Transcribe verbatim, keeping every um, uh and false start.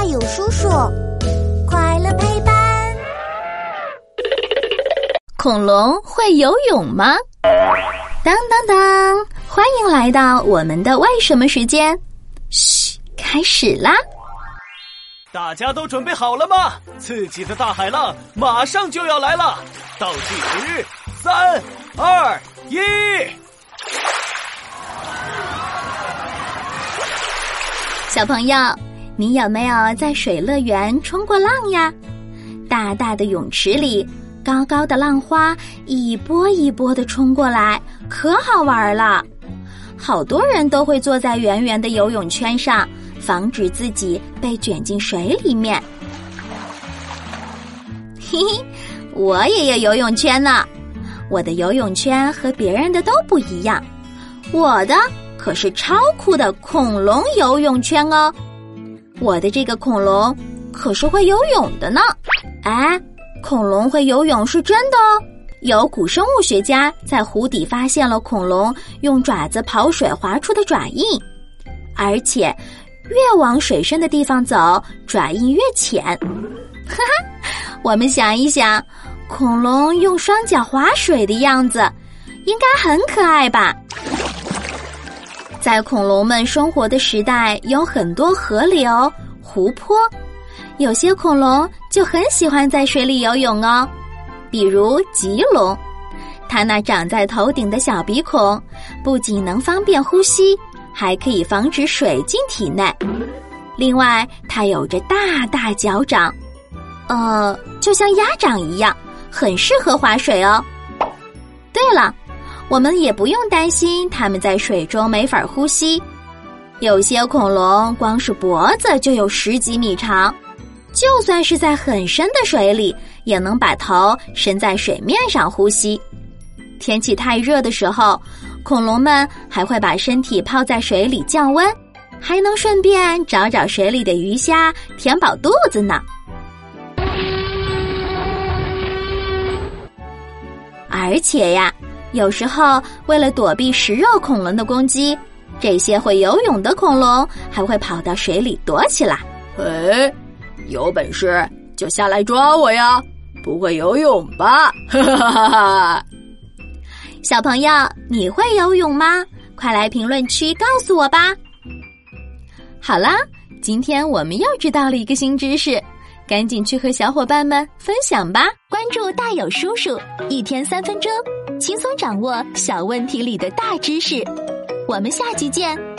友叔叔，快乐陪伴。 恐龙会游泳吗？当当当，欢迎来到我们的为什么时间。嘘，开始啦！ 大家都准备好了吗？刺激的大海浪马上就要来了，倒计时，三、二、一。 小朋友，你有没有在水乐园冲过浪呀？大大的泳池里，高高的浪花一波一波地冲过来，可好玩了。好多人都会坐在圆圆的游泳圈上，防止自己被卷进水里面。嘿嘿，我也有游泳圈呢。我的游泳圈和别人的都不一样，我的可是超酷的恐龙游泳圈哦。我的这个恐龙可是会游泳的呢。哎，恐龙会游泳是真的哦。有古生物学家在湖底发现了恐龙用爪子刨水划出的爪印，而且越往水深的地方走，爪印越浅。哈哈，我们想一想，恐龙用双脚划水的样子，应该很可爱吧？在恐龙们生活的时代，有很多河流、湖泊，有些恐龙就很喜欢在水里游泳哦。比如棘龙，它那长在头顶的小鼻孔，不仅能方便呼吸，还可以防止水进体内。另外，它有着大大脚掌，呃，就像鸭掌一样，很适合划水哦。对了，我们也不用担心它们在水中没法呼吸。有些恐龙光是脖子就有十几米长，就算是在很深的水里，也能把头伸在水面上呼吸。天气太热的时候，恐龙们还会把身体泡在水里降温，还能顺便找找水里的鱼虾，填饱肚子呢。而且呀，有时候为了躲避食肉恐龙的攻击，这些会游泳的恐龙还会跑到水里躲起来。 哎，有本事就下来抓我呀！不会游泳吧？哈哈哈哈！ 小朋友，你会游泳吗？快来评论区告诉我吧。好啦，今天我们又知道了一个新知识，赶紧去和小伙伴们分享吧。关注大有叔叔，一天三分钟，轻松掌握小问题里的大知识。我们下期见。